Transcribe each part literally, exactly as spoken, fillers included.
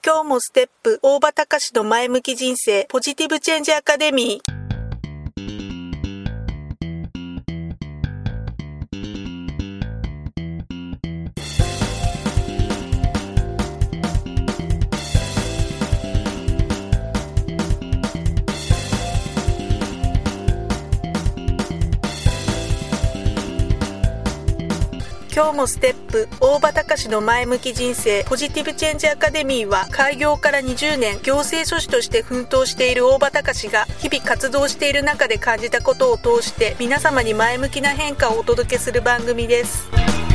今日もステップ大場隆の前向き人生ポジティブチェンジアカデミー。今日もステップ大場隆の前向き人生ポジティブチェンジアカデミーは、開業からにじゅうねん行政書士として奮闘している大場隆が日々活動している中で感じたことを通して皆様に前向きな変化をお届けする番組です。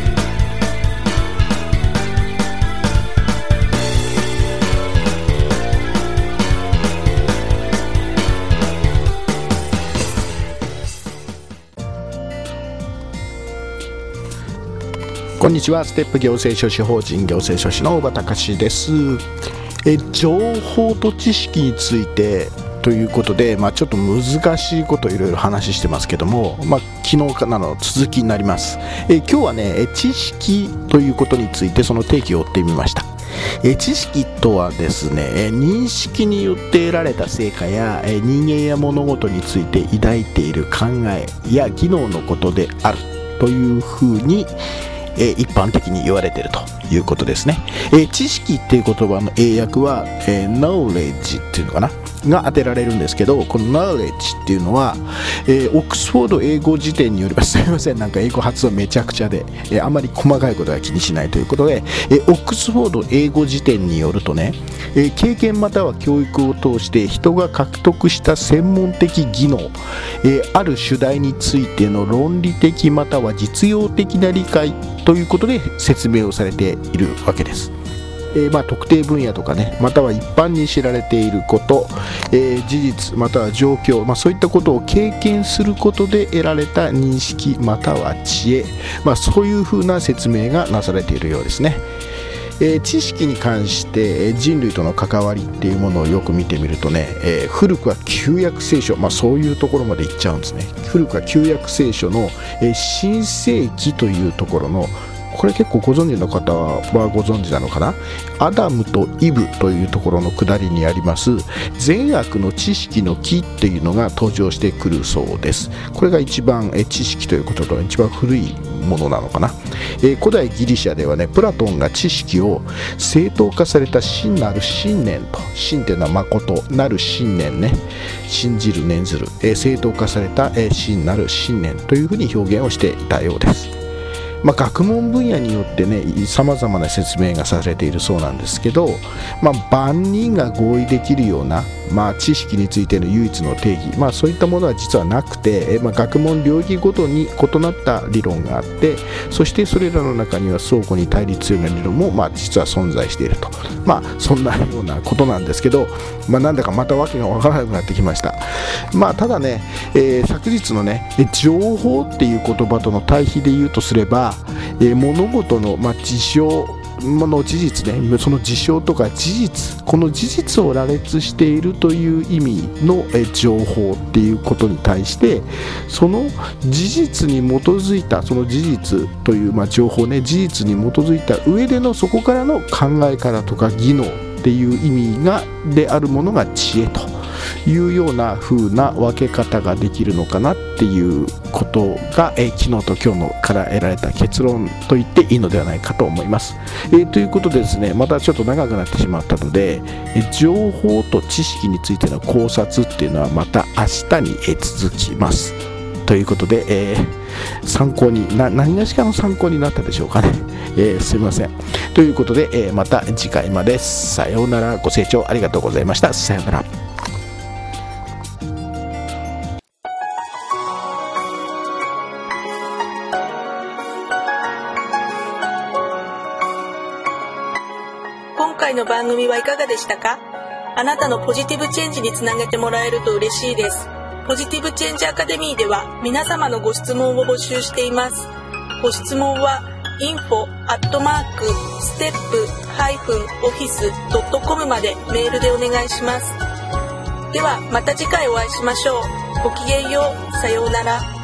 こんにちは。ステップ行政書士法人行政書士の大場隆です。え情報と知識についてということで、まあ、ちょっと難しいことをいろいろ話してますけども、まあ、昨日からの続きになります。え今日はね、知識ということについてその定義を追ってみました。え知識とはですね、認識によって得られた成果や人間や物事について抱いている考えや技能のことであるというふうにえー、一般的に言われているということですね。えー、知識っていう言葉の英訳は、えー、knowledge っていうのかなが当てられるんですけど、この knowledge っていうのは、えー、オックスフォード英語辞典によります。すみません、なんか英語発音めちゃくちゃで、えー、あまり細かいことは気にしないということで、えー、オックスフォード英語辞典によるとね、えー、経験または教育を通して人が獲得した専門的技能、えー、ある主題についての論理的または実用的な理解ということで説明をされているわけです。えーまあ、特定分野とかね、または一般に知られていること、えー、事実または状況、まあ、そういったことを経験することで得られた認識または知恵、まあ、そういうふうな説明がなされているようですね。えー、知識に関して人類との関わりっていうものをよく見てみるとね、えー、古くは旧約聖書、まあ、そういうところまで行っちゃうんですね。古くは旧約聖書の、えー、新世紀というところの、これ結構ご存知の方はご存知なのかな。アダムとイブというところの下りにあります善悪の知識の木っていうのが登場してくるそうです。これが一番え知識ということと一番古いものなのかな。えー、古代ギリシャではね、プラトンが知識を正当化された真なる信念と、信っていうのは誠なる信念ね、信じる念ずる、えー、正当化された、えー、真なる信念というふうに表現をしていたようです。まあ、学問分野によってね、さまざまな説明がされているそうなんですけど、まあ、万人が合意できるような、まあ、知識についての唯一の定義、まあ、そういったものは実はなくて、まあ、学問領域ごとに異なった理論があって、そしてそれらの中には相互に対立するような理論も、まあ、実は存在していると、まあ、そんなようなことなんですけど、まあ、なんだかまた訳が分からなくなってきました。まあ、ただね、えー、昨日のね、情報っていう言葉との対比で言うとすれば、えー、物事の、まあ、事象の事実ね、その事象とか事実、この事実を羅列しているという意味のえ情報っていうことに対して、その事実に基づいた、その事実という、まあ、情報ね、事実に基づいた上でのそこからの考え方とか技能っていう意味がであるものが知恵というような風な分け方ができるのかなっていうことが、えー、昨日と今日のから得られた結論と言っていいのではないかと思います。えー、ということでですね、またちょっと長くなってしまったので、えー、情報と知識についての考察っていうのはまた明日に、えー、続きますということで、えー、参考にな何がしかの参考になったでしょうかね。えー、すいませんということで、えー、また次回までさようなら。ご清聴ありがとうございました。さようなら。 今回の番組はいかがでしたか？あなたのポジティブチェンジにつなげてもらえると嬉しいです。ポジティブチェンジアカデミーでは皆様のご質問を募集しています。ご質問は インフォ アットマーク ステップ ハイフン オフィス ドット コム までメールでお願いします。ではまた次回お会いしましょう。ごきげんよう。さようなら。